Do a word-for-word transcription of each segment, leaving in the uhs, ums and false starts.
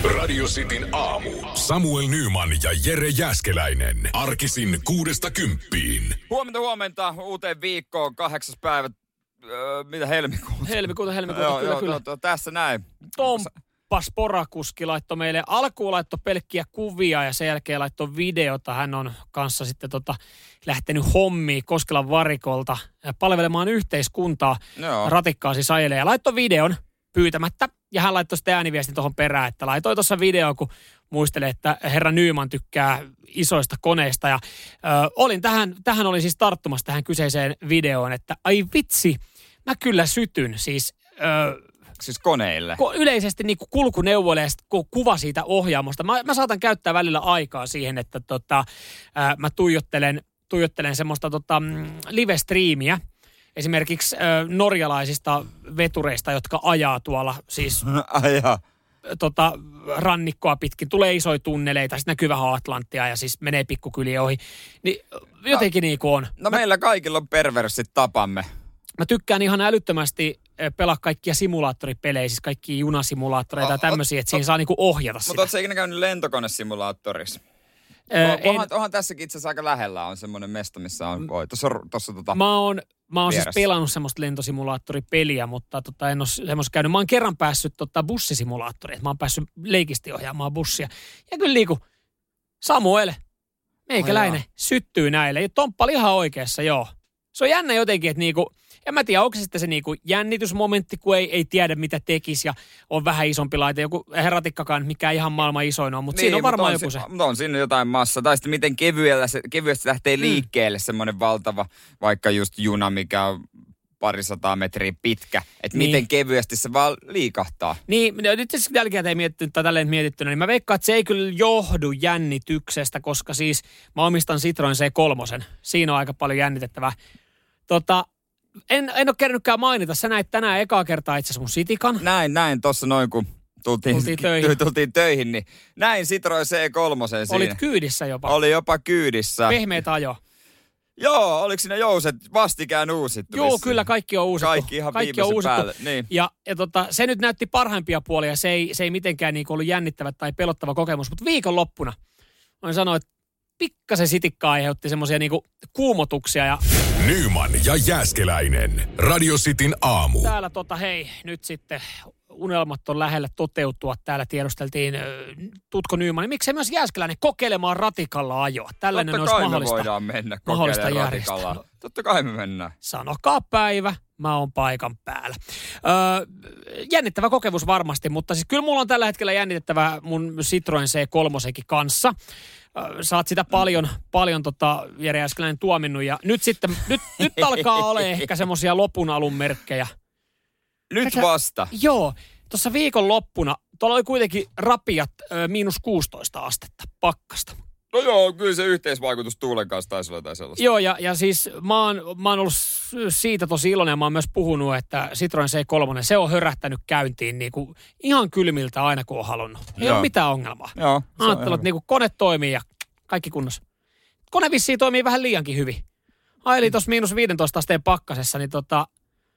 Radio Cityn aamu. Samuel Nyman ja Jere Jääskeläinen. Arkisin kuudesta kymppiin. Huomenta, huomenta. Uuteen viikkoon, kahdeksas päivä. Öö, mitä helmikuuta? Helmikuuta, helmikuuta, joo, kyllä, joo, kyllä. joo, joo, tässä näin. Tomppas Porakuski laittoi meille, alkuun laittoi pelkkiä kuvia ja sen jälkeen laittoi videota. Hän on kanssa sitten tota, lähtenyt hommiin Koskelan varikolta palvelemaan yhteiskuntaa. Joo. Ratikkaa siis ajelee ja laittoi videon pyytämättä. Ja hän laittoi sitten ääniviestin tuohon perään, että laitoi tuossa video, kun muistelee, että herra Nyman tykkää isoista koneista. Ja ö, olin tähän, tähän olin siis tarttumassa tähän kyseiseen videoon, että ai vitsi, mä kyllä sytyn siis... Ö, Siis koneille. Yleisesti niin kuin kulkuneuvoille ja kuva siitä ohjaamosta. Mä, mä saatan käyttää välillä aikaa siihen, että tota, ää, mä tuijottelen, tuijottelen semmoista tota, live-striimiä. Esimerkiksi ää, norjalaisista vetureista, jotka ajaa tuolla siis Ajaa. tota, rannikkoa pitkin. Tulee isoja tunneleita, sitten näkyy vähän Atlanttia ja siis menee pikkukylien ohi. Niin jotenkin no, niin kuin on. No mä, meillä kaikilla on perversit tapamme. Mä tykkään ihan älyttömästi pelaa kaikkia simulaattoripelejä, siis kaikkia junasimulaattoreita ja tämmöisiä, että siinä saa niinku ohjata sitä. Mutta ootko sä ikinä käynyt lentokonesimulaattorissa? Öö, onhan, onhan tässäkin itse asiassa aika lähellä on semmoinen mesta, missä on voi. Tuossa, tuossa tota Mä oon, mä oon siis vieressä. pelannut semmoista lentosimulaattoripeliä, mutta tota, en ole semmoista käynyt. Mä oon kerran päässyt tota, bussisimulaattoriin, mä oon päässyt leikisti ohjaamaan bussia. Ja kyllä niinku, Samuel, meikäläinen, oh, syttyy näille. Ja Tomppa oli ihan oikeassa, joo. Se on jännä jotenkin, että niinku, en mä tiedä, onko se sitten se niinku jännitysmomentti, kun ei, ei tiedä mitä tekisi ja on vähän isompi laite. Joku herratikkakaan, mikä ihan maailman isoin on, mutta niin, siinä on varmaan on joku si- se. Mutta on siinä jotain massa. Tai sitten miten kevyellä se, kevyesti lähtee liikkeelle mm. semmoinen valtava, vaikka just juna, mikä on parisataa metriä pitkä. Että niin. Miten kevyesti se vaan liikahtaa. Niin, nyt siis jälkeen mietitty, tai tälleen mietittynä, niin mä veikkaan, että se ei kyllä johdu jännityksestä, koska siis mä omistan Citroen C kolme. Siinä on aika paljon jännitettävää. Tota, en, en ole kerännytkään mainita. Sä näit tänään ekaa kertaa itse asiassa mun Citikan. Näin, näin. Tuossa noin, kun tultiin, tultiin, töihin. tultiin töihin, niin näin Citroen C kolme siinä. Olit kyydissä jopa. Oli jopa kyydissä. Pehmeät ajo. Joo, oliko siinä jouset vastikään uusittu? Joo, kyllä kaikki on uusittu. Kaikki ihan kaikki on uusittu. päälle. Niin. Ja, ja tota, se nyt näytti parhaimpia puolia. Se ei, se ei mitenkään niin ollut jännittävä tai pelottava kokemus. Mutta viikonloppuna voin sanoa, että pikkasen sitikkaa aiheutti semmoisia niinku kuumotuksia. Ja Nyman ja Jääskeläinen. Radio Cityn aamu. täällä tota hei, nyt sitten unelmat on lähellä toteutua. Täällä tiedusteltiin äh, Tutko Nyman. Niin miksei myös Jääskeläinen kokeilemaan ratikalla ajoa? Tällainen Totta olisi kai mahdollista. me voidaan mennä mahdollista kokeilemaan järjestää. ratikalla. Totta kai me mennään. Sanokaa päivä, mä oon paikan päällä. Öö, jännittävä kokemus varmasti, mutta siis kyllä mulla on tällä hetkellä jännitettävä mun Citroen C kolme kanssa. Öö, sä oot sitä paljon, paljon tota Jere Jääskeläinen tuominnut ja nyt sitten, nyt, nyt alkaa olla ehkä semmosia lopun alun merkkejä. Nyt Tätä, vasta. Joo, tuossa viikon loppuna, tuolla oli kuitenkin rapiat ö, miinus kuusitoista astetta pakkasta. No joo, kyllä se yhteisvaikutus tuulen kanssa taisi olla jotain sellaista. Joo, ja, ja siis mä oon, mä oon ollut siitä tosi iloinen, ja mä oon myös puhunut, että Citroen C kolme, se on hörähtänyt käyntiin niin kuin ihan kylmiltä aina, kun on halunnut. Ei Joo. ole mitään ongelmaa. Joo. Ajattelin, että niin kuin kone toimii ja kaikki kunnossa. Kone vissiin toimii vähän liiankin hyvin. Ajelin tuossa miinus viisitoista asteen pakkasessa, niin tota,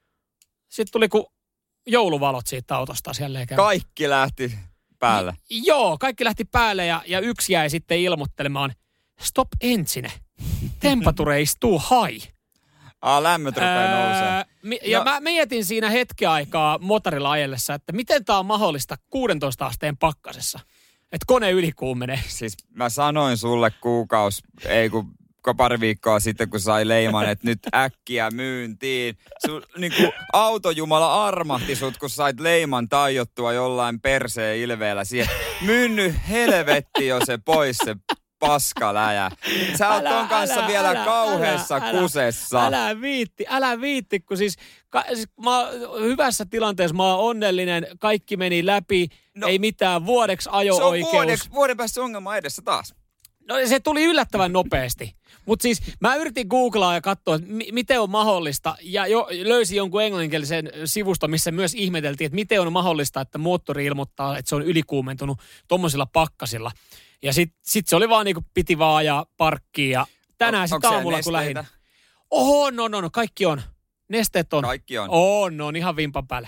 sitten tuli kun jouluvalot siitä autosta siellä. Kaikki lähti päälle. Niin, joo, kaikki lähti päälle ja, ja yksi jäi sitten ilmoittelemaan, stop engine, temperature is too high. Ah, lämmöt rupeaa nousee. Mi- ja no. mä mietin siinä hetki aikaa motorilla ajellessa, että miten tää on mahdollista kuusitoista asteen pakkasessa, että kone ylikuumenee. Siis mä sanoin sulle kuukaus, ei kun pari viikkoa sitten, kun sai leiman, että nyt äkkiä myyntiin. Su, niin kuin autojumala armahti sut, kun sait leiman tajottua jollain perseen ilveellä siihen. Mynny helvetti jo se pois se paskaläjä. Sä oot ton kanssa älä, vielä älä, kauheassa älä, kusessa. Älä, älä viitti, älä viitti, kun siis, ka, siis mä oon hyvässä tilanteessa, mä oon onnellinen, kaikki meni läpi, no, ei mitään, vuodeksi ajo-oikeus. Se on vuodeksi, vuoden päästä ongelma edessä taas. No se tuli yllättävän nopeasti. Mutta siis mä yritin googlaa ja katsoa, että m- miten on mahdollista. Ja jo löysin jonkun englanninkielisen sivuston, missä myös ihmeteltiin, että miten on mahdollista, että moottori ilmoittaa, että se on ylikuumentunut tommosilla pakkasilla. Ja sit, sit se oli vaan niinku piti vaan ajaa parkkiin. Ja tänään sitten aamulla kun lähdin. Oho, no no no, kaikki on. Nesteet on. Kaikki on. On, on ihan vimpan päälle.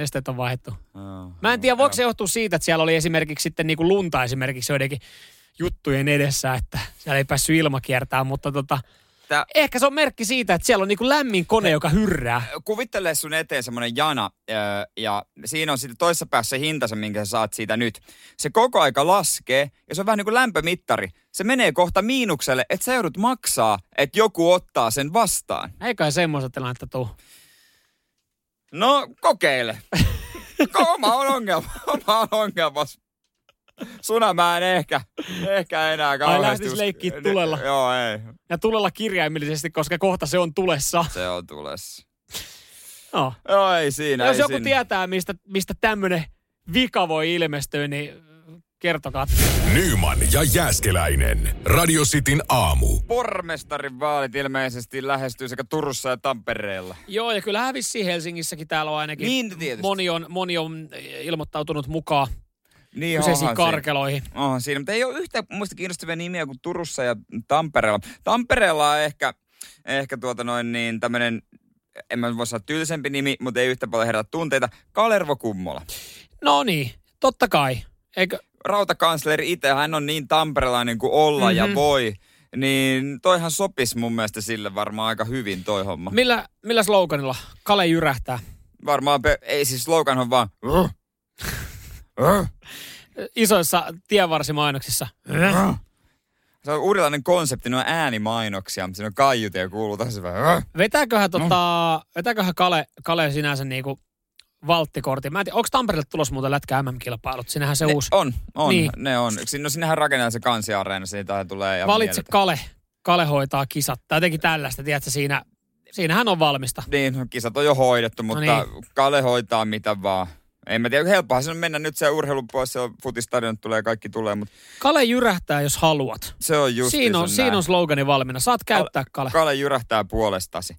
Nesteet on vaihdettu. Oh, Mä en tiedä, voiko se johtua siitä, että siellä oli esimerkiksi sitten niin kuin lunta esimerkiksi joidenkin juttujen edessä, että siellä ei päässyt ilma kiertämään, mutta tota, Tää, ehkä se on merkki siitä, että siellä on niin kuin lämmin kone, joka hyrrää. Kuvittele sun eteen semmoinen jana, ja siinä on sitten toisessa päässä hintansa, minkä sä saat siitä nyt. Se koko aika laskee, ja se on vähän niin kuin lämpömittari. Se menee kohta miinukselle, että sä joudut maksaa, että joku ottaa sen vastaan. Eikä semmoista tilannetta tuu. No, kokeile. Oma on ongelma. Oma on ongelma. Suna mä en ehkä, ehkä enää kauheasti. Ai lähtis leikkiä tulella. Ne, joo, ei. Ja tulella kirjaimellisesti, koska kohta se on tulessa. Se on tulessa. No. Joo, ei siinä. Jos ei joku siinä. tietää, mistä, mistä tämmönen vika voi ilmestyä, niin kertokaa. Nyman ja Jääskeläinen. Radio Cityn aamu. Pormestarin vaalit ilmeisesti lähestyy sekä Turussa ja Tampereella. Joo, ja kyllähän vissiin Helsingissäkin täällä on ainakin. Niin, tietysti. Moni on, moni on ilmoittautunut mukaan. Niin, kyseisiin karkeloihin. Siinä. Onhan siinä, mutta ei ole yhtä muista kiinnostavia nimiä kuin Turussa ja Tampereella. Tampereella on ehkä, ehkä tuota noin niin tämmöinen, en mä voi sanoa tylsempi nimi, mutta ei yhtä paljon herätä tunteita. Kalervo Kummola. No niin, totta kai. Eikö? Rautakansleri itse, hän on niin tamperelainen kuin olla mm-hmm. ja voi. Niin toihan sopisi mun mielestä sille varmaan aika hyvin toi homma. Millä, millä sloganilla? Kale jyrähtää. Varmaan, pe- ei siis slogan on vaan... Isoissa tienvarsimainoksissa. Se on uudenlainen konsepti, nuo äänimainoksia, mutta siinä on kaiut ja kuuluu tosi vähän. Vetääköhän, tota, vetääköhän Kale, Kale sinänsä niinku valttikortin? Mä en tiedä, onko Tampereelle tulossa muuten lätkä M M-kilpailut? Sinähän se ne uusi. On, on, niin. ne on. No sinnehän rakennetaan se kansiareena, siitä tulee. Ja valitse mieletön. Kale. Kale hoitaa kisat. Tai jotenkin tällaista, tiedätkö, siinä, siinähän on valmista. Niin, kisat on jo hoidettu, mutta no niin. Kale hoitaa mitä vaan. En mä tiedä, helppohan se on mennä nyt se urheilu pois, se on futistadion tulee, kaikki tulee, mutta... Kale jyrähtää, jos haluat. Se on just Siinä on, siinä on slogani valmiina. Saat käyttää Kale. Kale jyrähtää puolestasi.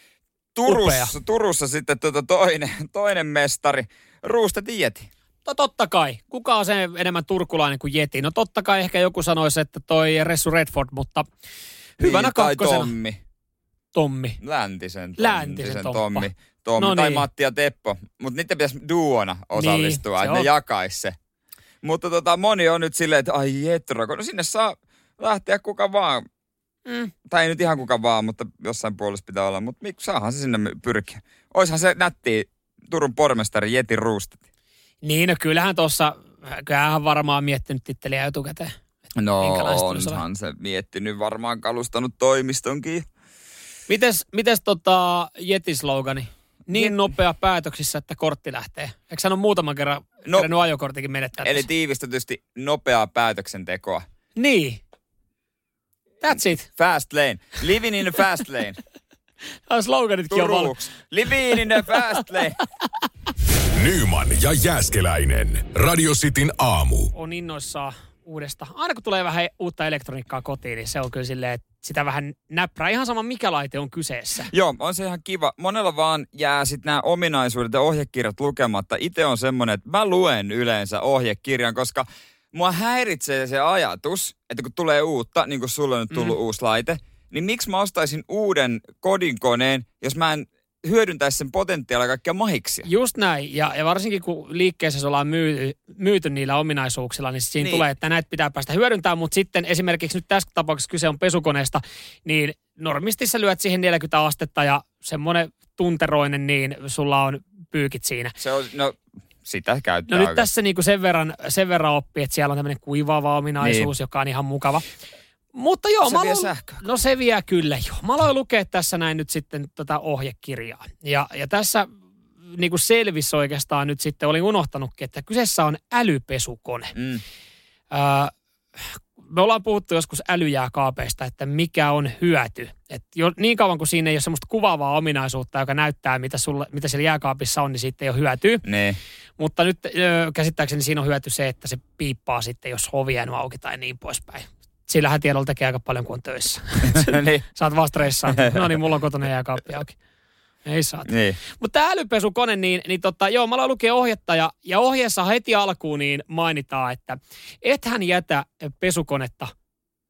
Turussa, Turussa sitten tuota toinen, toinen mestari, Roosted Yeti. No totta kai. Kuka on se enemmän turkulainen kuin Yeti? No totta kai ehkä joku sanoisi, että toi Ressu Redford, mutta hyvänä niin, tai kakkosena. Tommi. Tommi. Läntisen, Läntisen Tommi. Tommi no tai niin. Matti ja Teppo. Mutta niiden pitäisi duona osallistua, niin, että ne jakais se. Mutta tota, moni on nyt silleen, että ai jetro, no sinne saa lähteä kuka vaan. Mm. Tai ei nyt ihan kuka vaan, mutta jossain puolessa pitää olla. Mutta saahan se sinne pyrkiä. Oishan se nättiä Turun pormestari Yeti Roosted. Niin, no kyllähän tuossa, kyllähän hän varmaan miettinyt titteliä etukäteen. No onhan se miettinyt, varmaan kalustanut toimistonkin. Mites, mites tota Yeti-slogani? Niin Jet... nopea päätöksissä, että kortti lähtee. Eikö hän ole muutaman kerran no, kerännyt ajokortikin menettää? Eli tiivistetysti nopeaa päätöksentekoa. Niin. That's it. Fast lane. Living in a fast lane. Tämä sloganitkin on Turuks. Living in a fast lane. Nyman ja Jääskeläinen. Radio Cityn aamu. On innoissaan uudesta. Aina kun tulee vähän uutta elektroniikkaa kotiin, niin se on kyllä silleen, että sitä vähän näppärää. Ihan sama mikä laite on kyseessä. Joo, on se ihan kiva. Monella vaan jää sitten nämä ominaisuudet ja ohjekirjat lukematta. Itse on semmoinen, että mä luen yleensä ohjekirjan, koska mua häiritsee se ajatus, että kun tulee uutta, niin kuin sulle on nyt tullut mm. uusi laite, niin miksi mä ostaisin uuden kodinkoneen, jos mä en hyödyntäisi sen potentiaalia kaikkia mahiksia. Just näin. Ja, ja varsinkin kun liikkeessä ollaan myyty, myyty niillä ominaisuuksilla, niin siinä niin. tulee, että näitä pitää päästä hyödyntämään. Mutta sitten esimerkiksi nyt tässä tapauksessa kyse on pesukoneesta, niin normisti sä lyöt siihen neljäkymmentä astetta ja semmoinen tunteroinen, niin sulla on pyykit siinä. Se on, no sitä käyttää. No nyt tässä niinku sen verran, sen verran oppii, että siellä on tämmöinen kuivaava ominaisuus, niin. joka on ihan mukava. Mutta joo, se mä vie aloin, sähköä. No se vie kyllä joo. Mä aloin lukea tässä näin nyt sitten tätä ohjekirjaa. Ja, ja tässä niin kuin selvisi oikeastaan nyt sitten, olin unohtanutkin, että kyseessä on älypesukone. Mm. Öö, me ollaan puhuttu joskus älyjääkaapeista, että mikä on hyöty. Et jo, niin kauan kuin siinä ei ole semmoista kuvaavaa ominaisuutta, joka näyttää, mitä, sulla, mitä siellä jääkaapissa on, niin siitä ei ole hyötyä. Ne. Mutta nyt öö, käsittääkseni siinä on hyöty se, että se piippaa sitten, jos ovi jäänyt auki tai niin poispäin. Sillähän tiedolla tekee aika paljon, kun on töissä. niin. Saat vaan stressaa. No niin, mulla on kotona jääkaappi auki. Ei saat. Niin. Mutta tämä älypesukone, niin, niin tota, joo, mä aloin lukea ohjetta ja, ja ohjeessa heti alkuun niin mainitaan, että ethän jätä pesukonetta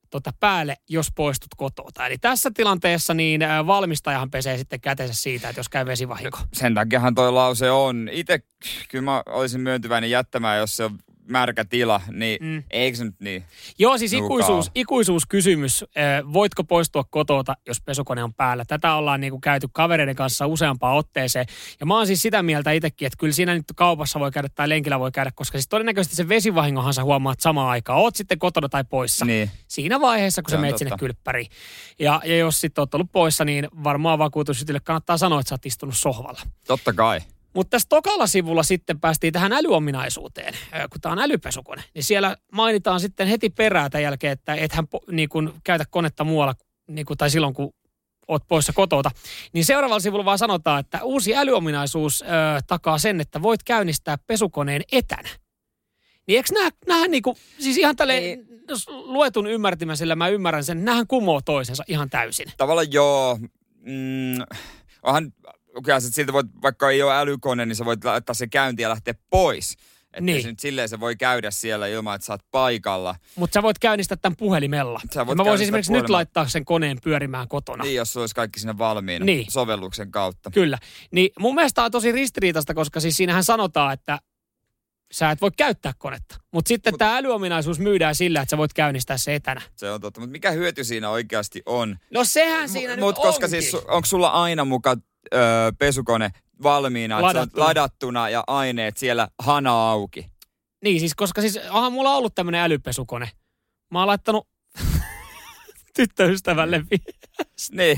tota päälle, jos poistut kotota. Eli tässä tilanteessa niin valmistajahan pesee sitten kätensä siitä, että jos käy vesivahinko. Sen takiahan toi lause on. Itse kyllä mä olisin myöntyväinen jättämään, jos se on märkä tila, niin mm. eikö se nyt niin? Joo, siis ikuisuus, ikuisuuskysymys. Voitko poistua kotota, jos pesukone on päällä? Tätä ollaan niinku käyty kavereiden kanssa useampaan otteeseen. Ja mä oon siis sitä mieltä itsekin, että kyllä siinä nyt kaupassa voi käydä tai lenkillä voi käydä, koska siis todennäköisesti se vesivahingohan sä huomaat samaan aikaan. Oot sitten kotona tai poissa. Niin. Siinä vaiheessa, kun sä menet sinne kylppäriin. Ja, ja jos sitten oot ollut poissa, niin varmaan vakuutusyhtiölle kannattaa sanoa, että sä oot istunut sohvalla. Totta kai. Mutta tässä tokalla sivulla sitten päästiin tähän älyominaisuuteen, kun tämä on älypesukone. Niin siellä mainitaan sitten heti perään tämän jälkeen, että et hän niin kun käytä konetta muualla niin kun, tai silloin, kun oot poissa kotota. Niin seuraavalla sivulla vaan sanotaan, että uusi älyominaisuus ö, takaa sen, että voit käynnistää pesukoneen etänä. Niin eikö nää, näähän niinku, siis ihan tälleen, jos luetun ymmärtimäisellä mä ymmärrän sen, näähän kumoo toisensa ihan täysin. Tavallaan joo, mm, onhan... Kyllä siltä voit, vaikka ei ole älykone, niin sä voit laittaa se käyntiin ja lähteä pois. Että niin. Se nyt silleen se voi käydä siellä ilman, että sä oot paikalla. Mutta sä voit käynnistää tämän puhelimella. Mä voisin esimerkiksi nyt laittaa sen koneen pyörimään kotona. Niin, jos se olisi kaikki sinne valmiina niin. Sovelluksen kautta. Kyllä. Niin mun mielestä on tosi ristiriitaista, koska siis siinähän sanotaan, että sä et voi käyttää konetta. Mutta sitten Mut, tämä älyominaisuus myydään sillä, että sä voit käynnistää se etänä. Se on totta. Mutta mikä hyöty siinä oikeasti on? No sehän siinä M- nyt mut onkin. Koska siis onko sulla aina mukaan öö, pesukone valmiina, ladattuna. ladattuna ja aineet siellä hana auki? Niin siis, koska siis onhan mulla ollut tämmönen älypesukone. Mä oon laittanut tyttöystävälle viesti. Niin.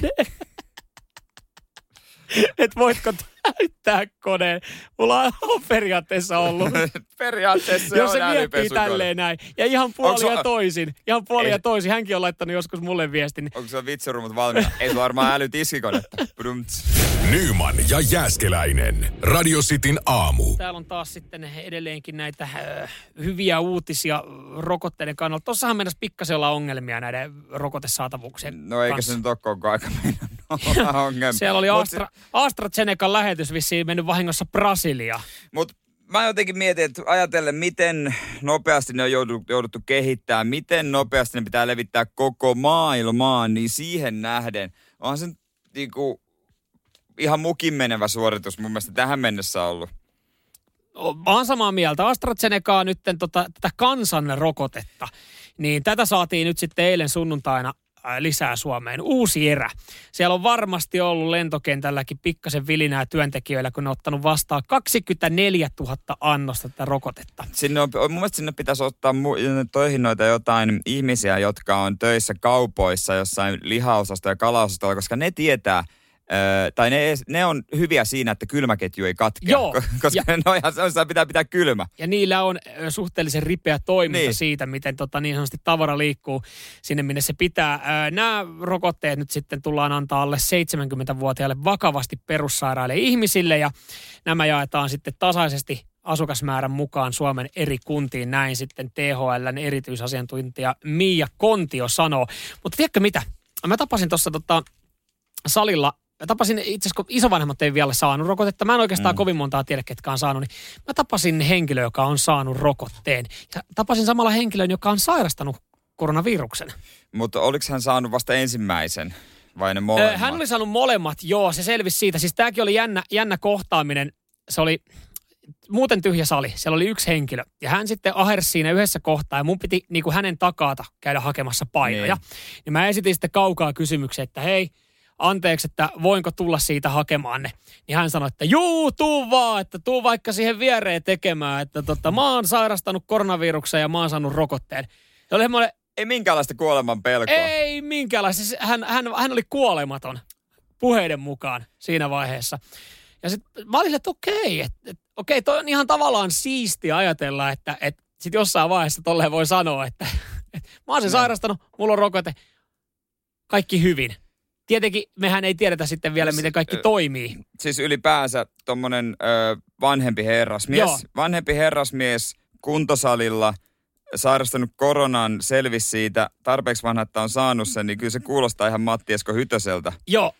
Että voitko täyttää koneen. Mulla on periaatteessa ollut. periaatteessa jos on se miettii tälleen näin. Ja ihan puolia Onko toisin. Ihan puolia toisin. Hänkin on laittanut joskus mulle viestin. Onko se vitsirumut valmiina? Ei sulla varmaan älytiskikonetta. Nyman ja Jääskeläinen. Radio Cityn aamu. Täällä on taas sitten edelleenkin näitä äh, hyviä uutisia rokotteiden kannalta. Tossahan mennäisi pikkasen olla ongelmia näiden rokotesaatavuuksien No eikä kanssa. se nyt ole koko aika mennä ongelmia. Siellä oli Astra, AstraZenecan lähetys vissiin mennyt vahingossa Brasiliaan. Mutta mä jotenkin mietin, että ajatellen, miten nopeasti ne on jouduttu, jouduttu kehittämään, miten nopeasti ne pitää levittää koko maailmaan, niin siihen nähden onhan se niinku ihan mukin menevä suoritus mun mielestä tähän mennessä ollut. Mä oon samaa mieltä. AstraZeneca on nyt tota, tätä kansanrokotetta. Niin tätä saatiin nyt sitten eilen sunnuntaina lisää Suomeen. Uusi erä. Siellä on varmasti ollut lentokentälläkin pikkasen vilinää työntekijöillä, kun ne on ottanut vastaan kaksikymmentäneljätuhatta annosta tätä rokotetta. Sinne on, mun mielestä sinne pitäisi ottaa mu- töihin noita jotain ihmisiä, jotka on töissä kaupoissa, jossain lihaosasto ja kalaosastolla, koska ne tietää, Öö, tai ne, ne on hyviä siinä, että kylmäketju ei katkea, Joo, koska ja, ne on ihan sellaisia, pitää pitää kylmä. Ja niillä on suhteellisen ripeä toiminta niin. siitä, miten tota, niin sanotusti tavara liikkuu sinne, minne se pitää. Öö, nämä rokotteet nyt sitten tullaan antaa alle seitsemänkymmentävuotiaille vakavasti perussairaille ihmisille, ja nämä jaetaan sitten tasaisesti asukasmäärän mukaan Suomen eri kuntiin. Näin sitten T H L:n erityisasiantuntija Miia Kontio sanoo. Mutta tiedätkö mitä? Mä tapasin tuossa tota, salilla. Mä tapasin itse asiassa, kun isovanhemmat ei vielä saanut rokotetta. Mä en oikeastaan mm. kovin montaa tiedä, ketkä on saanut. Niin mä tapasin henkilön, joka on saanut rokotteen. Ja tapasin samalla henkilön, joka on sairastanut koronaviruksen. Mutta oliko hän saanut vasta ensimmäisen vai ne molemmat? Hän oli saanut molemmat, joo. Se selvisi siitä. Siis tämäkin oli jännä, jännä kohtaaminen. Se oli muuten tyhjä sali. Siellä oli yksi henkilö. Ja hän sitten ahersi siinä yhdessä kohtaa. Ja mun piti niin kuin hänen takaata käydä hakemassa painoja. Niin. Ja mä esitin sitten kaukaa kysymyksen, että hei, anteeksi, että voinko tulla siitä hakemaan ne. Niin hän sanoi, että juu, tuu vaan, että tuu vaikka siihen viereen tekemään, että tota, mä oon sairastanut koronaviruksen ja mä oon saanut rokotteen. Ja oli semmoinen, ei minkäänlaista kuoleman pelkoa. Ei minkäänlaista. Siis hän, hän, hän oli kuolematon puheiden mukaan siinä vaiheessa. Ja sitten mä olin, että okei, että et, okei, toi on ihan tavallaan siistiä ajatella, että et sit jossain vaiheessa tolleen voi sanoa, että et, mä oon sen no. sairastanut, mulla on rokote, kaikki hyvin. Tietenkin mehän ei tiedetä sitten vielä, miten kaikki siis, toimii. Siis ylipäänsä tommonen ö, vanhempi herrasmies, Joo. vanhempi herrasmies kuntosalilla, sairastanut koronan, selvisi siitä, tarpeeksi vanha, että on saanut sen, niin kyllä se kuulostaa ihan Matti Esko Hytöseltä. Joo,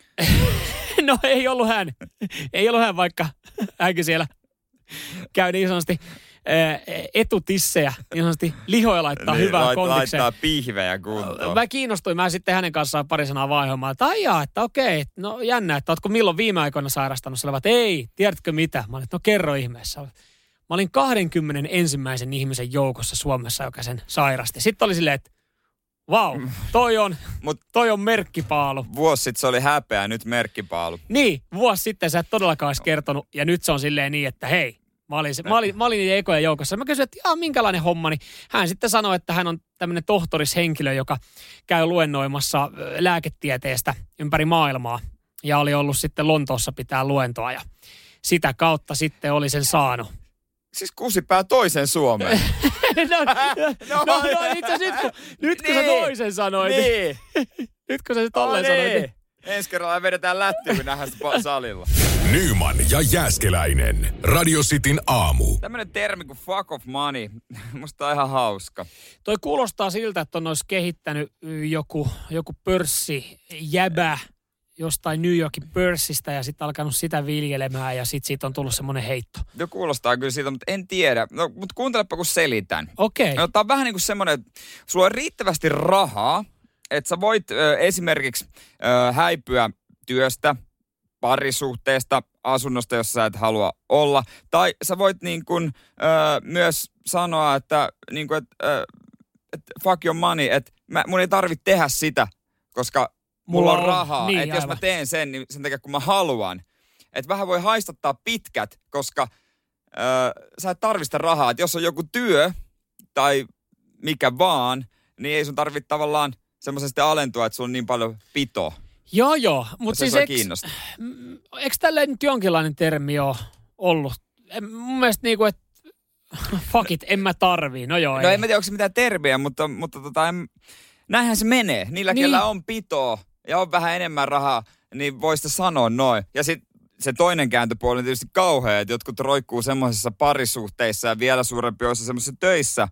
no ei ollut hän. Ei ollut hän, vaikka hänkin siellä käy niin sanotusti etutissejä, niin sanotusti lihoja laittaa niin, hyvään lait, kondikseen. Laittaa pihvejä kuntoon. Mä kiinnostuin, mä sitten hänen kanssaan pari sanaa vaihomaan, että aijaa, että okei, no jännä, että ootko milloin viime aikoina sairastanut? Sä olevat, ei, tiedätkö mitä? Mä olin, no kerro ihmeessä. Mä olin kaksikymmentäensimmäisen ihmisen joukossa Suomessa, joka sen sairasti. Sitten oli silleen, että vau, wow, toi on, Mut toi on merkkipaalu. Vuosi sitten se oli häpeä, nyt merkkipaalu. Niin, vuosi sitten sä et todellakaan olisi kertonut, ja nyt se on silleen niin, että hei, mä olin, se, mä olin, mä olin niiden ekojen joukossa. Mä kysyin, että jaa, minkälainen homma, niin hän sitten sanoi, että hän on tämmöinen tohtorishenkilö, joka käy luennoimassa lääketieteestä ympäri maailmaa, ja oli ollut sitten Lontoossa pitää luentoa, ja sitä kautta sitten oli sen saanut. Siis kusipää toisen Suomeen. no, no, no, no itse nyt kun, nyt kun niin, sä toisen sanoit. Niin. Nyt kun sä se tolleen no, sanoit. Niin. Niin. Ensi kerralla vedetään lättyä, kun nähdään sitä salilla. Nyman ja Jääskeläinen. Radio Cityn aamu. Tämmönen termi kuin fuck of money. Musta on ihan hauska. Toi kuulostaa siltä, että on olisi kehittänyt joku, joku pörssijäbä jostain New Yorkin pörssistä ja sitten alkanut sitä viljelemään ja sitten siitä on tullut semmoinen heitto. No kuulostaa kyllä siitä, mutta en tiedä. No, mutta kuuntelepa kun selitän. Okei. Okay. No, tää on vähän niin kuin semmoinen, että sulla on riittävästi rahaa, että sä voit ö, esimerkiksi ö, häipyä työstä, parisuhteesta, asunnosta, jossa sä et halua olla. Tai sä voit niin kuin, ö, myös sanoa, että niin kuin, et, ö, et fuck your money, että mä, mun ei tarvitse tehdä sitä, koska mulla on rahaa. Niin, että jos mä teen sen, niin sen takia kun mä haluan. Että vähän voi haistattaa pitkät, koska ö, sä et tarvista rahaa. Että jos on joku työ tai mikä vaan, niin ei sun tarvitse tavallaan semmoisesti alentua, että sulla on niin paljon pitoa. Joo, joo. Mutta siis eikö tälleen nyt jonkinlainen termi ole ollut? En, mun mielestä niinku, että fuck it, en mä tarvii. No joo, No ei. en mä tiedä, onko se mitään termiä, mutta, mutta tota, en, näinhän se menee. Niillä, niin. Kellä on pitoa ja on vähän enemmän rahaa, niin voi sitä sanoa noin. Ja sitten se toinen kääntöpuoli on tietysti kauhea, että jotkut roikkuu semmoisissa parisuhteissa ja vielä suurempi osa semmoisissa töissä,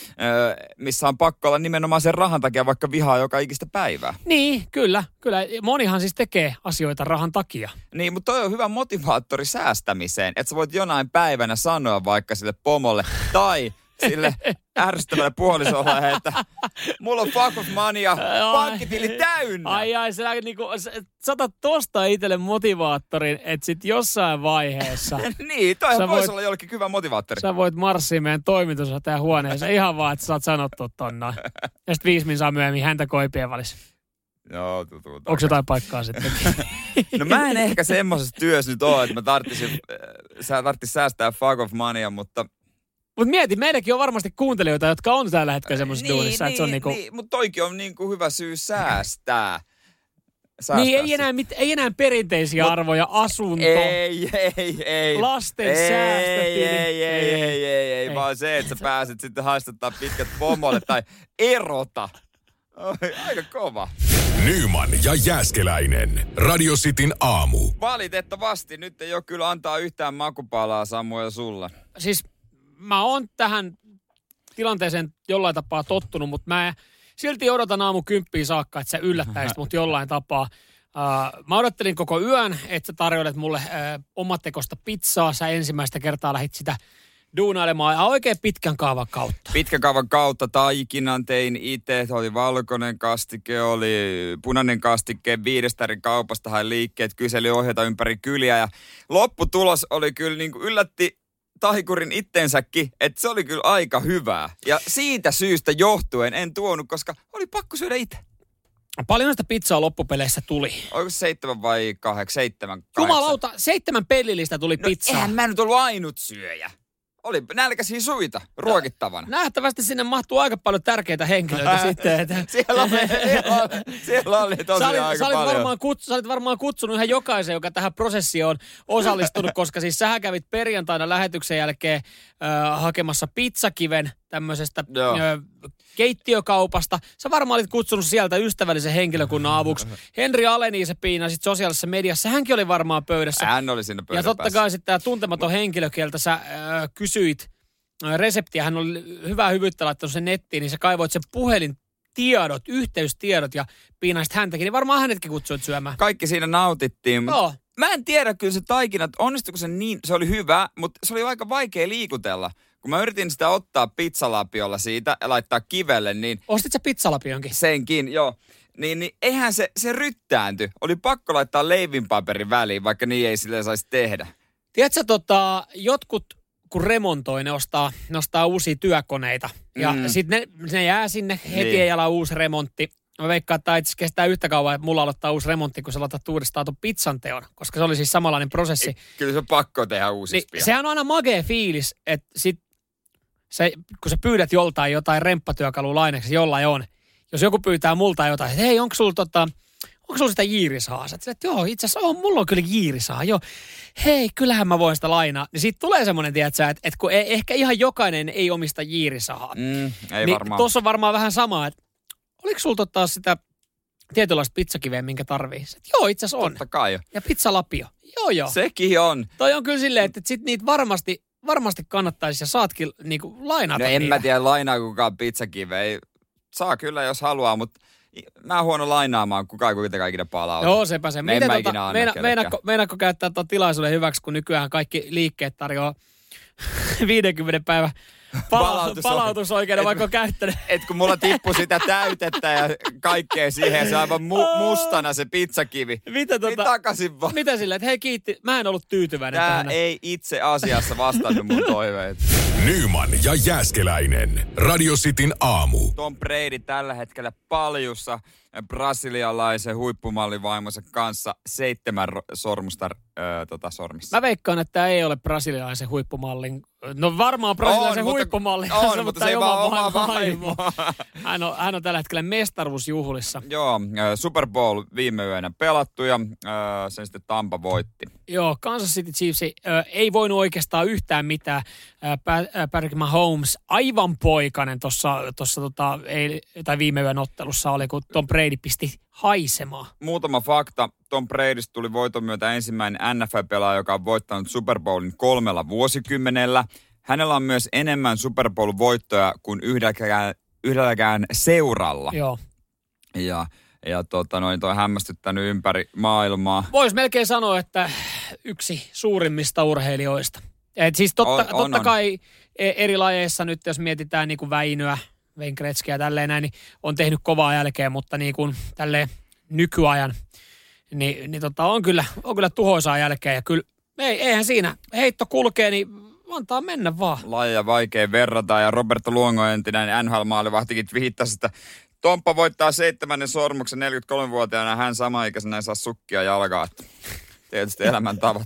missä on pakko olla nimenomaan sen rahan takia, vaikka vihaa joka ikistä päivää. Niin, kyllä. kyllä. Monihan siis tekee asioita rahan takia. Niin, mutta toi on hyvä motivaattori säästämiseen, että sä voit jonain päivänä sanoa vaikka sille pomolle tai sille ärsyttävälle puolisolle, että mulla on fuck of money ja pankkitili täynnä. Ai ai, sä niinku, saatat tosta itselle motivaattorin, että sit jossain vaiheessa. Niin, toihan voisi olla jollekin hyvä motivaattori. Sä voit marssia meidän toimitusjohtajan huoneessa ihan vaan, että sä saat sanottua tonna. Ja sit viisi min saa myöhemmin häntä koipien välissä. Joo, tutu. Onko jotain paikkaa sitten? No mä en ehkä semmoisessa työssä nyt ole, että mä tarttisin, sä tarttis säästää fuck of moneya, mutta Mutta mieti, meidänkin on varmasti kuuntelijoita, jotka on tällä hetkellä semmoisessa niin, duunissa. Niin, että se on niinku niin, mutta toikin on niinku hyvä syy säästää. säästää niin, ei enää, mit, ei enää perinteisiä Mut, arvoja, asunto, ei, ei, ei, lasten ei, säästötili. Ei, ei, ei, ei, ei, ei, ei, vaan se, että sä pääset sitten haistattaa pitkät pomolle tai erota. Oi, aika kova. Nyman ja Jääskeläinen. Radio Cityn aamu. Valitettavasti nyt ei ole kyllä antaa yhtään makupalaa Samuel sulle. Siis mä oon tähän tilanteeseen jollain tapaa tottunut, mutta mä silti odotan aamu kymppiin saakka, että sä yllättäisit mut jollain tapaa. Uh, mä odottelin koko yön, että sä tarjoilet mulle uh, omatekosta pizzaa. Sä ensimmäistä kertaa lähit sitä duunailemaan ja oikein pitkän kaavan kautta. Pitkän kaavan kautta taikinan tein itse. Oli valkoinen kastike, oli punainen kastike. Viidestärin kaupasta hain liikkeet, kyseli ohjeita ympäri kyliä. Ja lopputulos oli kyllä niin kuin yllätti tahikurin ittensäkin, että se oli kyllä aika hyvää. Ja siitä syystä johtuen en tuonut, koska oli pakko syödä itse. Paljon näistä pizzaa loppupeleissä tuli? Oliko se seitsemän vai kahdeksan? Seitsemän, kahdeksan. Jumalauta, seitsemän pellillistä tuli no, pizzaa. Eihän mä nyt ollut ainut syöjä. Oli nälkäisiä suita ruokittavana. Nähtävästi sinne mahtuu aika paljon tärkeitä henkilöitä sitten. Että siellä, oli, siellä, oli, siellä oli tosiaan olit, aika sä olit paljon. Varmaan kutsu, sä olit varmaan kutsunut ihan jokaisen, joka tähän prosessiin on osallistunut, koska siis sähän kävit perjantaina lähetyksen jälkeen äh, hakemassa pizzakiven tämmöisestä äh, keittiökaupasta. Sä varmaan olit kutsunut sieltä ystävällisen henkilökunnan avuksi. Henri Aleniise piina sit sosiaalisessa mediassa. Hänkin oli varmaan pöydässä. Hän oli siinä pöydän Ja totta päässä. kai sitten tämä tuntematon henkilö, keltä sä äh, kysyit äh, reseptiä. Hän oli hyvää hyvyyttä laittanut sen nettiin, niin sä kaivoit sen puhelintiedot, yhteystiedot ja piinaisit häntäkin. Niin varmaan hänetkin kutsuit syömään. Kaikki siinä nautittiin. Joo. Mä en tiedä kyllä se taikina, onnistuiko se niin, se oli hyvä, mutta se oli aika vaikea liikutella. kun mä yritin sitä ottaa pizzalapiolla siitä ja laittaa kivelle, niin... Ostit sä pizzalapionkin? Senkin, joo. Niin, niin eihän se, se ryttääntyi. Oli pakko laittaa leivinpaperin väliin, vaikka niin ei sille saisi tehdä. Tiedätkö, tota, jotkut kun remontoi, ne ostaa, ne ostaa uusia työkoneita. Ja mm. sitten ne, ne jää sinne, heti niin. Ei ala uusi remontti. Mä veikkaan, että itse kestää yhtä kauan, että mulla aloittaa uusi remontti, kun sä laitat uudestaan tuon pizzan teon. Koska se oli siis samanlainen prosessi. Kyllä se on pakko tehdä uusiksi niin, sehän on aina magea fiilis, että sit se, kun sä pyydät joltain jotain remppatyökalua lainaksi, jollain on. Jos joku pyytää multa jotain, että hei, onko sulla tota... Onko sulla sitä jiirisahaa? Sä että joo, itse asiassa on, mulla on kyllä jiirisahaa, joo. Hei, kyllähän mä voin sitä lainaa. Niin siitä tulee semmoinen, tiedätkö, että, että kun ei, ehkä ihan jokainen ei omista jiirisahaa. Mm, ei niin varmaan. Tuossa on varmaan vähän sama, että oliko sulla tota sitä tietynlaista pizzakiveä, minkä tarvii? Että joo, itse asiassa on. Totta kai. Ja pizzalapio. Joo, joo. Sekin on. Toi on kyllä silleen, että sit niitä varmasti, varmasti kannattaisi ja saatkin niinku lainata. No en niitä. mä tiedä, lainaa kukaan pizzakiveä. Saa kyllä, jos haluaa, mutta... Mä oon huono lainaamaan, kukaan kuitenkaan ikinä palauta. Joo, sepä se. Miten tota, meina, meinaatko, meinaatko käyttää tuon tilaisuuden hyväksi, kun nykyään kaikki liikkeet tarjoaa viidenkymmenen päivän palautus, palautusoikeuden, vaikka on käyttänyt. Et kun mulla tippui sitä täytettä ja kaikkea siihen, se on aivan mu- mustana se pizzakivi. Mitä tota, niin takaisin vaan. Mitä sillä, että hei kiitti, mä en ollut tyytyväinen Tää tähän. ei itse asiassa vastannut mun toiveita. Nyman ja Jääskeläinen. Radio Cityn aamu. Tom Brady tällä hetkellä paljussa brasilialaisen huippumallivaimonsa kanssa seitsemän sormusta öö, tota, sormissa. Mä veikkaan, että tämä ei ole brasilialaisen huippumallin. No varmaan brasilialaisen on, huippumallin. Mutta, on, mutta se ei vaan oma vaimo. Hän on, hän on tällä hetkellä mestaruusjuhlissa. Joo, Super Bowl viime yönä pelattu ja sen sitten Tampa voitti. Joo, Kansas City Chiefs äh, ei voinut oikeastaan yhtään mitään. Äh, Patrick Mahomes, aivan poikainen tuossa tota, tai viime yön ottelussa oli, kun Tom Brady pisti haisemaan. Muutama fakta. Tom Bradysta tuli voiton myötä ensimmäinen N F L-pelaaja, joka on voittanut Super Bowlin kolmella vuosikymmenellä. Hänellä on myös enemmän Super Bowl-voittoja kuin yhdelläkään, yhdelläkään seuralla. Joo. Ja, ja tota, noin, toi on hämmästyttänyt ympäri maailmaa. Voisi melkein sanoa, että yksi suurimmista urheilijoista. Et siis totta, on, on, totta on. kai eri lajeissa nyt, jos mietitään niin kuin Väinöä, Wayne Gretzkyä ja tälleen näin, niin on tehnyt kovaa jälkeä, mutta niin kuin tälleen nykyajan, niin, niin tota, on, kyllä, on kyllä tuhoisaa jälkeä. Ja kyllä, ei, eihän siinä, heitto kulkee, niin antaa mennä vaan. Lajeja vaikea verrata ja Roberto Luongo, entinen N H L-maalivahtikin twiittasi, että Tomppa voittaa seitsemännen sormuksen neljäkymmentäkolmevuotiaana, hän samaikäisenä ei saa sukkia jalkaa. Tietysti elämäntavat.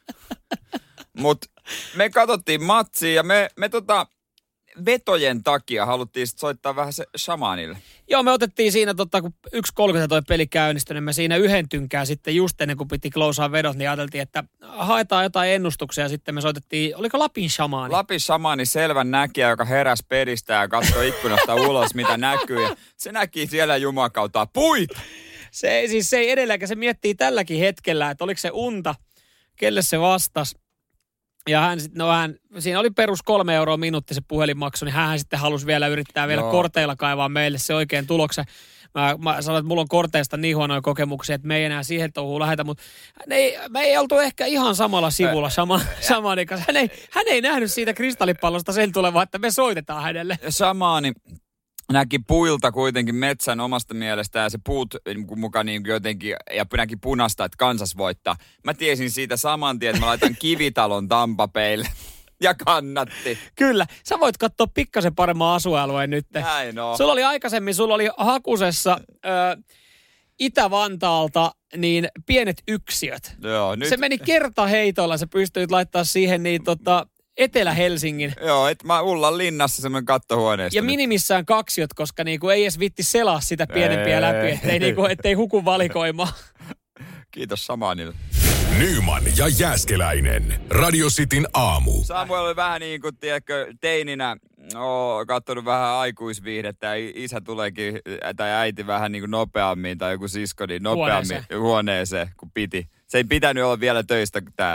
Mutta me katsottiin matsia ja me, me tota, vetojen takia haluttiin sit soittaa vähän se shamanille. Joo, me otettiin siinä, totta, kun yksi kolmekymmentä toi peli käynnistyi, niin me siinä yhden tynkään sitten just ennen kuin piti closea vedot, niin ajateltiin, että haetaan jotain ennustuksia. Sitten me soitettiin, oliko Lapin shamani? Lapin shamani, selvän näkijä, joka heräsi pedistä ja katsoi ikkunasta ulos, mitä näkyy. Ja se näki siellä jumakautta puita. Se ei, siis se ei edelläkään, se miettii tälläkin hetkellä, että oliko se unta, kelle se vastasi. Ja hän sitten, no hän, siinä oli perus kolme euroa minuutti se puhelinmaksu, niin hän sitten halusi vielä yrittää vielä Joo. korteilla kaivaa meille se oikein tuloksen. Mä, mä sanoin, että mulla on korteista niin huonoja kokemuksia, että me ei enää siihen touhuun lähetä, mutta hän ei, me ei oltu ehkä ihan samalla sivulla sama, samani kanssa. Hän ei, hän ei nähnyt siitä kristallipallosta sen tulevaa, että me soitetaan hänelle. Samani näki puilta kuitenkin metsän omasta mielestään ja se puut mukaan niin jotenkin, ja näki punasta, että Kansas voittaa. Mä tiesin siitä saman tien, että mä laitan Kivitalon Tampa Baylle. Ja kannatti. Kyllä. Sä voit katsoa pikkasen paremman asualueen nyt. Näin on. Sulla oli aikaisemmin, sulla oli Hakusessa ö, Itä-Vantaalta niin pienet yksiöt. Joo, nyt... Se meni kertaheitolla, sä pystyit laittaa siihen niin tota Etelä-Helsingin. Joo, et mä Ullan linnassa semmoinen kattohuoneesta. Ja minimissään kaksiot, koska niinku ei edes vitti selaa sitä pienempiä ei. läpi, ettei, niinku, ettei huku valikoimaa. Kiitos Samanille. Nyman ja Jääskeläinen. Radio Cityn aamu. Samuel oli vähän niin kuin, tiedätkö, teininä oo, katsonut vähän aikuisviihdettä ja isä tuleekin, tai äiti vähän niin kuin nopeammin, tai joku sisko niin nopeammin huoneeseen, huoneeseen kuin piti. Se ei pitänyt olla vielä töistä täällä.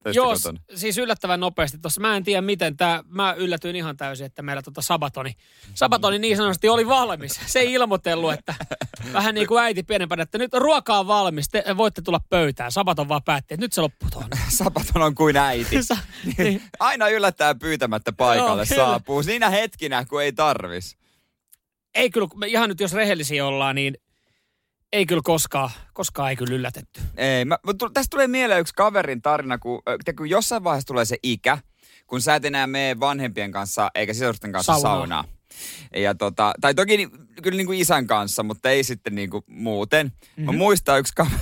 Aloittelitte Joo, kotona? siis yllättävän nopeasti. Tuossa mä en tiedä miten tämä, mä yllätyin ihan täysin, että meillä tota Sabatoni, Sabatoni niin sanotusti oli valmis. Se ei ilmoitellut, että vähän niin kuin äiti pienempänä, että nyt ruoka on valmis, te voitte tulla pöytään. Sabaton vaan päätti, että nyt se loppuu tuonne. Sabaton on kuin äiti. Sa- niin. Aina yllättää pyytämättä paikalle Joo, kyllä. saapuu. Siinä hetkinä, kun ei tarvis. Ei kyllä, me ihan nyt jos rehellisiä ollaan, niin ei kyllä koskaan, koskaan ei kyllä yllätetty. Ei, mä, mutta tästä tulee mieleen yksi kaverin tarina, kun, te, kun jossain vaiheessa tulee se ikä, kun sä et enää mene vanhempien kanssa eikä sisarusten kanssa Saunaa. saunaa. Ja tota, tai toki ni, kyllä niin kuin isän kanssa, mutta ei sitten niin kuin muuten. Mm-hmm. Mä muistan yksi ka-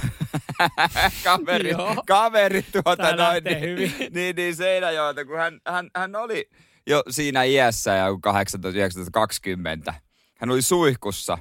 kaveri, Joo. kaveri tuota Tää noin, lähtee niin, hyvin. niin, niin Seinäjoelta, kun hän, hän, hän oli jo siinä iässä ja kahdeksantoista, yhdeksäntoista, kaksikymmentä. Hän oli suihkussa.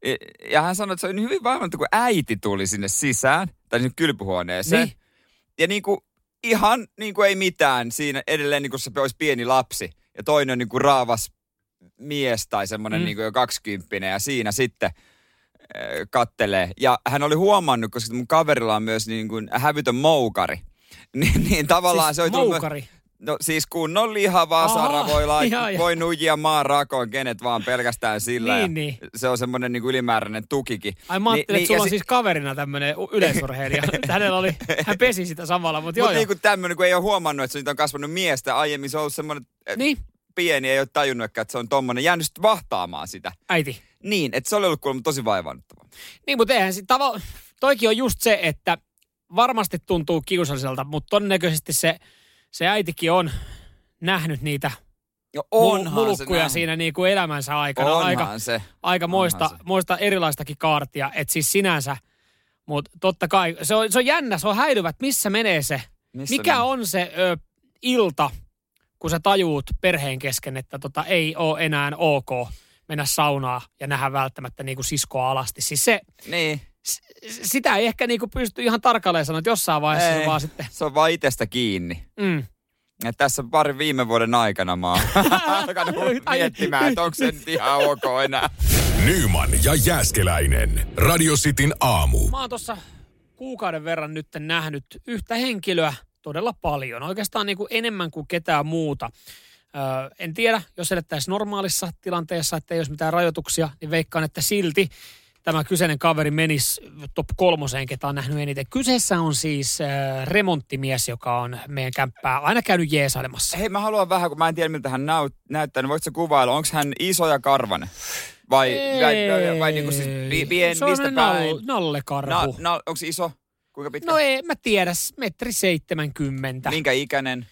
Ja hän sanoi, että se oli hyvin varma, kun äiti tuli sinne sisään, tai sinne kylpyhuoneeseen. Niin. Ja niin kuin, ihan niin kuin ei mitään siinä edelleen, niin kuin se olisi pieni lapsi. Ja toinen on niin kuin raavas mies tai semmoinen mm. niin kuin jo kaksikymppinen. Ja siinä sitten äh, kattelee. Ja hän oli huomannut, koska mun kaverilla on myös niin kuin hävytön moukari. niin, niin tavallaan Siis se oli tullut... moukari. No siis kunnon lihavaa Aha, Sara voi, lait- jaa, jaa. voi nuijia maan rakoon kenet vaan pelkästään sillä. Niin, ja niin. Se on semmoinen niin kuin ylimääräinen tukikin. Ai mä ajattelin, Ni, että sulla ja on si- siis kaverina tämmöinen yleisurheilija. Hänellä oli, hän pesi sitä samalla, mutta joo, Mutta joo. niin kuin tämmöinen, kun ei ole huomannut, että se nyt on kasvanut miestä aiemmin, se on ollut semmoinen Niin, pieni, ei ole tajunnut, että se on tommonen, jäänyt sitten vahtaamaan sitä. äiti. Niin, että se oli ollut kuulemma tosi vaivannuttavaa. Niin, mutta eihän sit tavo... Toikin on just se, että varmasti tuntuu kiusalliselta, mutta todennäköisesti se, se äitikin on nähnyt niitä Jo mul- mulkkuja siinä niin kuin elämänsä aikana. Onhan Aika, se. aika moista, se. moista erilaistakin kaartia, että siis sinänsä, mutta totta kai, se on, se on jännä, se on häilyvä, että missä menee se, Missä mikä ne- on se ö, ilta, kun sä tajuut perheen kesken, että tota, ei ole enää ok mennä saunaan ja nähdä välttämättä niin kuin siskoa alasti. Siis se, Niin. s- sitä ei ehkä niin kuin pysty ihan tarkalleen sanoa, että jossain vaiheessa Ei, se vaan sitten, se on vaan itsestä kiinni. mm. Et tässä parin viime vuoden aikana mä oon alkanut miettimään, että onko se nyt ihan ok enää. Nyman ja Jääskeläinen. Radio Cityn aamu. Mä oon tuossa kuukauden verran nyt nähnyt yhtä henkilöä todella paljon. Oikeastaan niin kuin enemmän kuin ketään muuta. Öö, en tiedä, jos elettäisiin normaalissa tilanteessa, että ei olisi mitään rajoituksia, niin veikkaan, että silti tämä kyseinen kaveri menisi top kolmoseen, ketä on nähnyt eniten. Kyseessä on siis äh, remonttimies, joka on meidän kämppää aina käynyt jeesailemassa. Hei, mä haluan vähän, kun mä en tiedä miltä hän näyt, näyttää, niin voitko sä kuvailla, onko hän iso ja karvanen? Vai, vai, vai, vai niin kuin siis pi- pien, se on mistä nall, päin? nallekarhu. Na, na, onko se iso? Kuinka pitkä? No ei, mä tiedä, metri seitsemänkymmentä. Minkä ikäinen?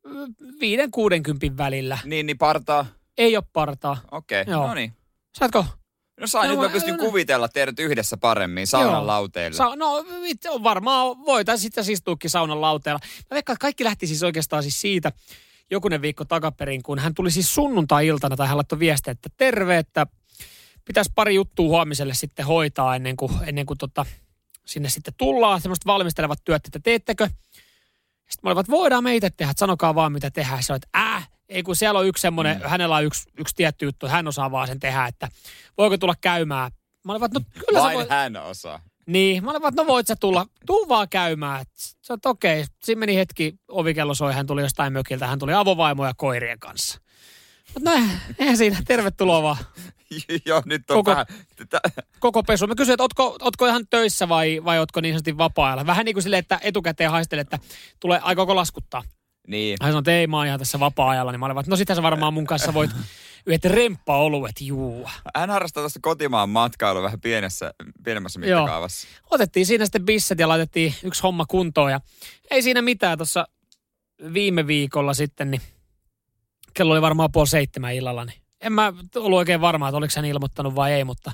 Viiden kuudenkympin välillä. Niin, niin partaa. Ei ole partaa. Okei, okay. Joo. No niin. Saatko? No sain, No, nyt mä mä- pystyn no. kuvitella teidät yhdessä paremmin saunan Joo. lauteille. Sa- no itse on varmaan voitaisiin sitten siis istuukin saunan lauteella. Mä veikkaan, että kaikki lähti siis oikeastaan siis siitä jokunen viikko takaperin, kun hän tuli siis sunnuntai-iltana tai hän laittoi viestiä, että terve, että pitäisi pari juttua huomiselle sitten hoitaa ennen kuin, ennen kuin tota, sinne sitten tullaan. Semmoiset valmistelevat työt, että teettekö? Sitten mä olin, että voidaan me itse tehdä, että sanokaa vaan mitä tehdään. Se on, että äh, ei kun siellä on yksi semmoinen, mm. hänellä on yksi, yksi tietty juttu, hän osaa vaan sen tehdä, että voiko tulla käymään. Mä olin, että no kyllä Vain sä voit. hän osaa. Niin, mä olin, että no voit sä tulla, tuu vaan käymään. Se on okei, okay. Siinä meni hetki, ovikello soi, hän tuli jostain mökiltä, hän tuli avovaimo ja koirien kanssa. Mutta no eihän siinä, tervetuloa vaan. Joo, nyt on Koko- vähän... Tätä- Koko pesu. Mä kysyin, että ootko, ootko ihan töissä vai, vai ootko niin sanotusti vapaa-ajalla? Vähän niin kuin silleen, että etukäteen haistele, että tulee, aikooko laskuttaa. Niin. Hän sanoi, että ei, mä oon ihan tässä vapaa-ajalla. Niin mä olin, että no sitähän sä varmaan mun kanssa voit yhdet remppa-oluet juu. Hän harrastaa tuosta kotimaan matkailua vähän pienessä, pienemmässä Joo. mittakaavassa. Otettiin siinä sitten bisset ja laitettiin yksi homma kuntoon. Ja ei siinä mitään tuossa viime viikolla sitten, niin kello oli varmaan puoli seitsemän illalla. Niin en mä ollut oikein varma, että oliko hän ilmoittanut vai ei, mutta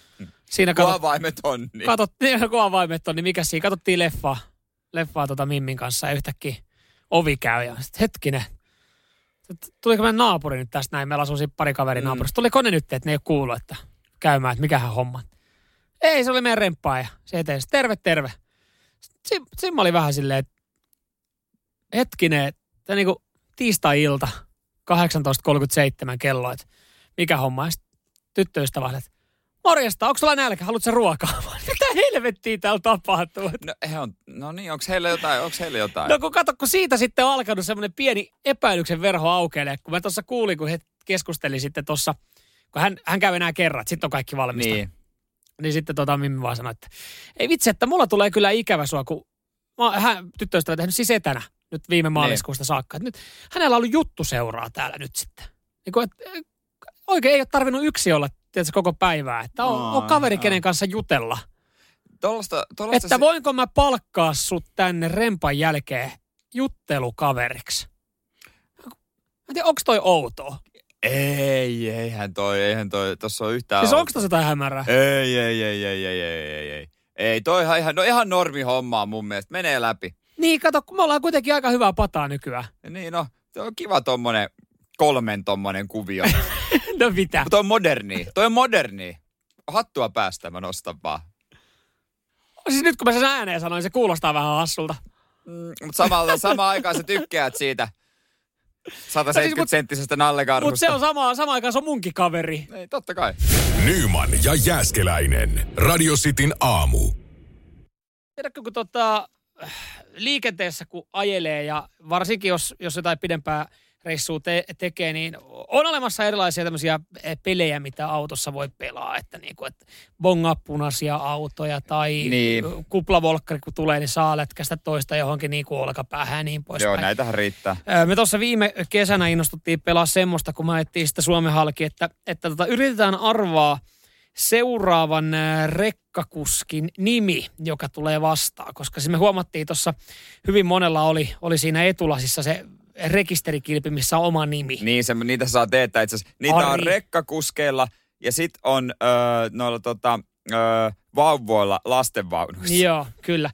siinä katsot, Kuvaimet on niin. katsottiin, kun avaimet on, niin mikä siinä, katsottiin leffaa, leffaa tota Mimmin kanssa ja yhtäkkiä ovi käy ja sitten hetkinen. Tuliko meidän naapuri nyt tästä näin, meillä asuu siinä pari kaveri naapurista. Tuliko ne nyt, että ne ei ole kuullut, että käymään, että mikähän homma. Ei, se oli meidän remppaa ja se eteen. Terve, terve. Siinä, siinä mä olin vähän silleen, että hetkinen, että niinku tiistai-ilta, kahdeksantoista kolmekymmentäseitsemän kello, että mikä homma. Ja sitten tyttöystävä, että morjesta, onko sulla nälkä, haluatko sä ruokaa? Mitä helvettiä täällä tapahtuu? No, he on, no niin, onko heillä jotain? Onko heillä jotain? No kun kato, kun siitä sitten on alkanut semmoinen pieni epäilyksen verho aukeilee. Kun mä tuossa kuulin, kun he keskusteli sitten tuossa, kun hän, hän käy enää kerran, että sitten on kaikki valmista. Niin. Niin sitten tota Mimmi vaan sanoi, että ei vitsi, että mulla tulee kyllä ikävä sua, kun mä, hän tyttöystävä tehnyt siis etänä nyt viime maaliskuusta saakka. Että nyt hänellä on ollut juttu seuraa täällä nyt sitten. Niin kuin, että oikein ei ole tarvinnut yksi olla tietysti koko päivää. Että on, on kaveri, aa. kenen kanssa jutella. Tollasta, tollasta että se... voinko mä palkkaa sut tänne rempan jälkeen juttelukaveriksi? Mä en tiedä, onko toi outoa? Ei, eihän toi, eihän toi, tossa on yhtään... Siis onko tossa jotain hämärää? Ei, ei, ei, ei, ei, ei, ei, ei. Ei, toi ihan, ihan, no ihan normi hommaa mun mielestä, menee läpi. Niin, kato, kun me ollaan kuitenkin aika hyvää pataa nykyään. Niin, no, se on kiva tommonen kolmen tommonen kuvio. No mitä? Toi on moderni, toi on moderni. Hattua päästä mä nostan vaan. Siis nyt kun mä sen ääneen sanoin, se kuulostaa vähän hassulta. Mm, mutta samalla, samaan aikaan sä tykkäät siitä sata seitsemänkymmentä senttisestä nallekarhusta. Mutta se on sama, sama aikaan se on munkin kaveri. Ei, totta kai. Nyman ja Jääskeläinen. Radio Cityn aamu. Tiedätkö, kun tota, liikenteessä kun ajelee ja varsinkin jos, jos jotain pidempää reissua te- tekee, niin on olemassa erilaisia tämmöisiä pelejä, mitä autossa voi pelaa. Että niinku, että bongaa punaisia autoja tai niin. kuplavolkkari kun tulee, niin saa lätkästä toista johonkin niin kuin olkapäähän ja niin poispäin. Joo, näitähän riittää. Me tuossa viime kesänä innostuttiin pelaa semmoista, kun me ajettiin sitä Suomen halki, että, että tota, yritetään arvaa seuraavan rekkakuskin nimi, joka tulee vastaan. Koska siis me huomattiin tuossa, hyvin monella oli, oli siinä etulasissa se rekisterikilpi, missä on oma nimi. Niin, se, niitä saa teettää itse asiassa. Niitä Ari. on rekkakuskeilla ja sit on öö, noilla tota, öö, vauvoilla lastenvaunuissa. Joo, kyllä.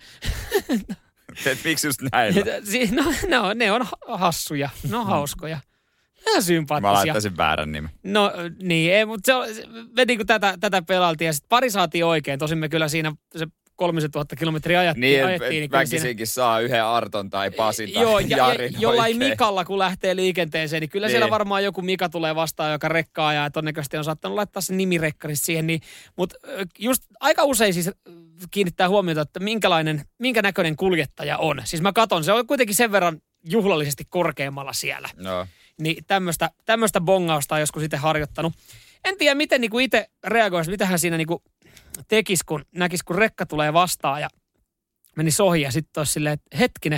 Et miksi just näillä? No, no, ne on hassuja, ne on hauskoja. Ihan sympaattisia. Mä laittaisin väärän nimen. No niin, ei, mutta se on, me niin kuin tätä, tätä pelailtiin ja sitten pari saatiin oikein. Tosin me kyllä siinä se kolmesataatuhatta kilometriä ajettiin. Niin, ajettiin, niin niin väkisinkin siinä saa yhden Arton tai Pasin tai joo, ja, Jarin ja, jollain oikein. Mikalla, kun lähtee liikenteeseen, niin kyllä niin. siellä varmaan joku Mika tulee vastaan, joka rekkaa ja todennäköisesti on saattanut laittaa sen nimirekkarista siihen. Niin, mutta just aika usein siis kiinnittää huomiota, että minkälainen, minkä näköinen kuljettaja on. Siis mä katon, se on kuitenkin sen verran juhlallisesti korkeammalla siellä. No. Niin tämmöistä, tämmöistä bongausta on joskus itse harjoittanut. En tiedä, miten niinku itse reagoisi, mitä hän siinä niinku tekisi, kun näkisi, kun rekka tulee vastaan ja meni ohi ja sitten olisi silleen, että hetkinen,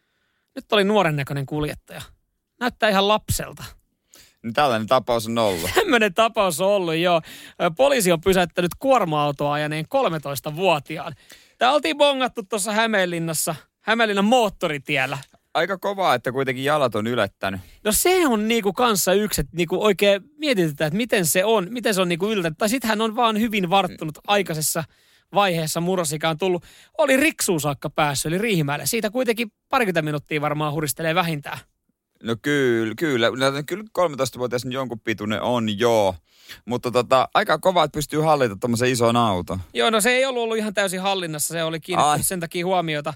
nyt oli nuoren näköinen kuljettaja. Näyttää ihan lapselta. No, tällainen tapaus on ollut. Tämmöinen tapaus on ollut, joo. Poliisi on pysäyttänyt kuorma-autoa ajaneen kolmetoistavuotiaan. Tämä oltiin bongattu tuossa Hämeenlinnassa, Hämeenlinnan moottoritiellä. Aika kovaa, että kuitenkin jalat on ylettänyt. No se on niinku kanssa yksi, että niinku oikein mietitään, että miten se on, miten se on niinku yltänyt. Tai sitten hän on vaan hyvin varttunut aikaisessa vaiheessa murrosikään tullut. Oli Riksuun saakka päässyt, eli Riihimäelle. Siitä kuitenkin parikymmentä minuuttia varmaan huristelee vähintään. No kyllä, kyllä. No, kyllä kolmetoistavuotias jonkun pituinen on, joo. Mutta tota, aika kovaa, että pystyy hallita tommosen ison auton. Joo, no se ei ollut ollut ihan täysin hallinnassa. Se oli kiinnittänyt sen takia huomiota.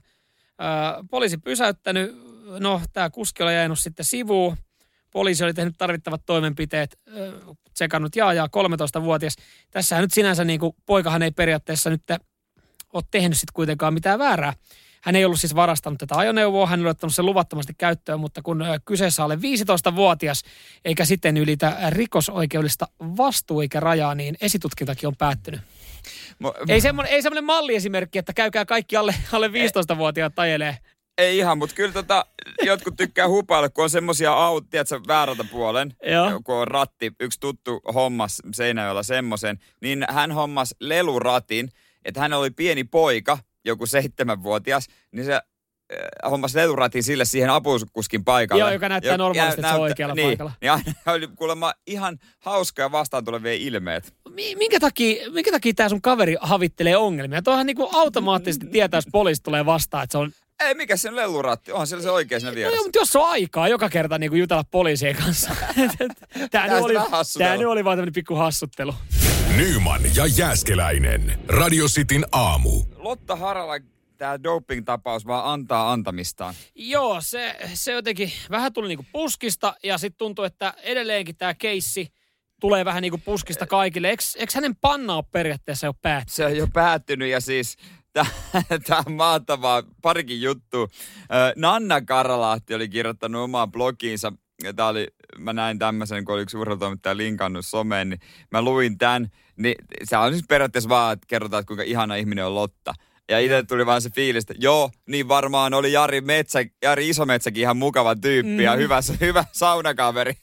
Ö, poliisi pysäyttänyt. No, tämä kuski oli jäänyt sitten sivuun. Poliisi oli tehnyt tarvittavat toimenpiteet, ö, tsekannut jaa, jaa, kolmetoistavuotias. Tässähän nyt sinänsä niin kuin, poikahan ei periaatteessa nyt ole tehnyt sitten kuitenkaan mitään väärää. Hän ei ollut siis varastanut tätä ajoneuvoa, hän oli ottanut sen luvattomasti käyttöön, mutta kun kyseessä oli viisitoistavuotias eikä sitten ylitä rikosoikeudellista vastuuikärajaa, niin esitutkintakin on päättynyt. Mo, ei semmoinen ei semmoinen malliesimerkki, että käykää kaikki alle, alle viisitoistavuotiaat ajelee. Ei ihan, mutta kyllä tota, jotkut tykkää hupailla, kun on semmosia autoja, tiedätkö, väärältä puolen, Joo. kun on ratti, yksi tuttu hommas Seinäjoella semmoisen, niin hän hommas leluratin, että hän oli pieni poika, joku seitsemänvuotias, niin se äh, hommasi leluratin sille siihen apukuskin paikalle. Joo, joka näyttää normaalisti, että se on oikealla niin, paikalla. Niin aina oli kuulemma ihan hauskoja vastaan tulevia ilmeet. Minkä takia, minkä takia tämä sun kaveri havittelee ongelmia? Tuohan niinku automaattisesti tietää, jos poliisi tulee vastaan, että se on... Ei, mikä se on leluratti? Onhan siellä se oikein siinä vieressä. No, mutta jos on aikaa joka kerta niin kuin jutella poliisien kanssa. Tämä nyt oli, tää nyt oli vaan tämmöinen pikku hassuttelu. Nyman ja Jääskeläinen. Radio Cityn aamu. Lotta Harala, tämä doping-tapaus vaan antaa antamistaan. Joo, se, se jotenkin vähän tuli niinku puskista ja sitten tuntui, että edelleenkin tämä keissi tulee vähän niin kuin puskista kaikille. Eikö, eikö hänen panna ole periaatteessa jo päättynyt? Se on jo päättynyt ja siis tämä on mahtavaa. Parikin juttu. Nanna Karalahti oli kirjoittanut omaan blogiinsa. Tämä oli, mä näin tämmöisen, kun oli yksi urheilutoimittaja linkannut someen, niin mä luin tämän. Niin se on siis periaatteessa vaan, että kerrotaan, että kuinka ihana ihminen on Lotta. Ja itse tuli vaan se fiilis, että joo, niin varmaan oli Jari, Metsä, Jari Isometsäkin ihan mukava tyyppi mm. ja hyvä, hyvä saunakaveri.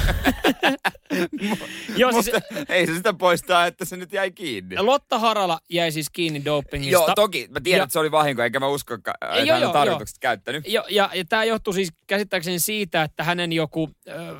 Joo, Mutta siis, ei se sitä poistaa, että se nyt jäi kiinni. Lotta Harala jäi siis kiinni dopingista. Joo, toki. Mä tiedän, ja, että se oli vahinko, eikä mä usko, että hän on tarkoituksesta käyttänyt. Jo, ja, ja tämä johtuu siis käsittääkseni siitä, että hänen joku äh,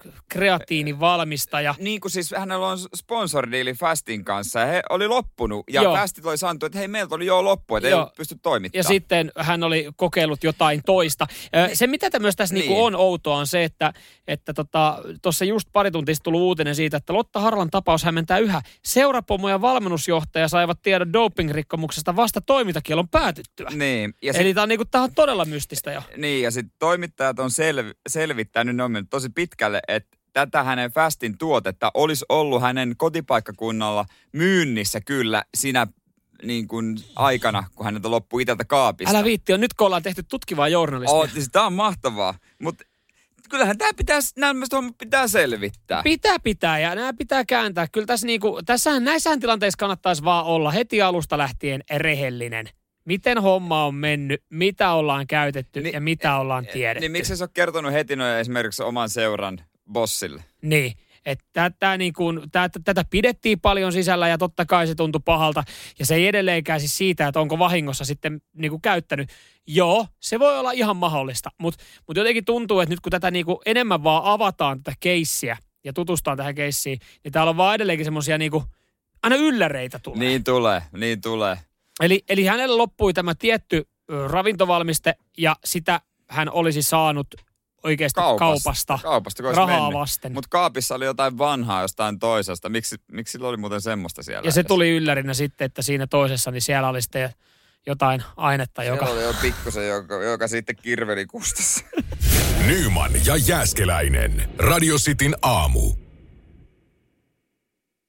kreatiinivalmistaja. Niin kuin siis hänellä on sponsoridiili Fastin kanssa ja he oli loppunut. Ja joo. Fastit oli sanottu, että hei, meiltä oli jo loppu, että joo. ei pysty toimittamaan. Ja sitten hän oli kokeillut jotain toista. Se, mitä myös tässä niin. Niinku on outoa, on se, että että tuossa tota, just pari tuntia tullut uutinen siitä, että Lotta Haralan tapaus hämmentää yhä. Seurapomo ja valmennusjohtaja saivat tiedon doping-rikkomuksesta vasta toimintakielon päätyttyä. Niin. Ja Eli sit, tämä on, niinku, on todella mystistä jo. Niin, ja sitten toimittajat on selv- selvittänyt, ne on mennyt tosi pitkälle, että tätä hänen Fastin tuotetta olisi ollut hänen kotipaikkakunnalla myynnissä kyllä siinä niin kuin aikana, kun häneltä loppui itseltä kaapista. Älä viitti, on nyt kun ollaan tehty tutkivaa journalismia. Oh, siis tämä on mahtavaa, mutta kyllähän tämä pitää, nämä pitää selvittää. Pitää pitää ja nämä pitää kääntää. Kyllä tässä niinku, tässähän näissähän tilanteissa kannattaisi vaan olla heti alusta lähtien rehellinen. Miten homma on mennyt, mitä ollaan käytetty Ni, ja mitä ollaan tiedetty. Niin miksi sä oot kertonut heti noin esimerkiksi oman seuran bossille? Niin, että tätä, niin kuin, tätä, tätä pidettiin paljon sisällä ja totta kai se tuntui pahalta. Ja se ei edelleenkään siis siitä, että onko vahingossa sitten niin kuin käyttänyt. Joo, se voi olla ihan mahdollista, mutta mut jotenkin tuntuu, että nyt kun tätä niin kuin enemmän vaan avataan tätä keissiä ja tutustaan tähän keissiin, niin täällä on vaan edelleenkin semmoisia niin kuin, aina ylläreitä tulee. Niin tulee, niin tulee. Eli, eli hänelle loppui tämä tietty ravintovalmiste ja sitä hän olisi saanut oikeasti kaupasta, kaupasta rahaa mennyt. Vasten. Mutta kaapissa oli jotain vanhaa jostain toisesta. Miksi, miksi sillä oli muuten semmoista siellä? Ja se tuli yllärinä sitten, että siinä toisessa, niin siellä oli sitten jotain ainetta, siellä joka... Siellä oli jo pikkusen, joka, joka sitten kirveli kustassa. Nyman ja Jääskeläinen. Radio Cityn aamu.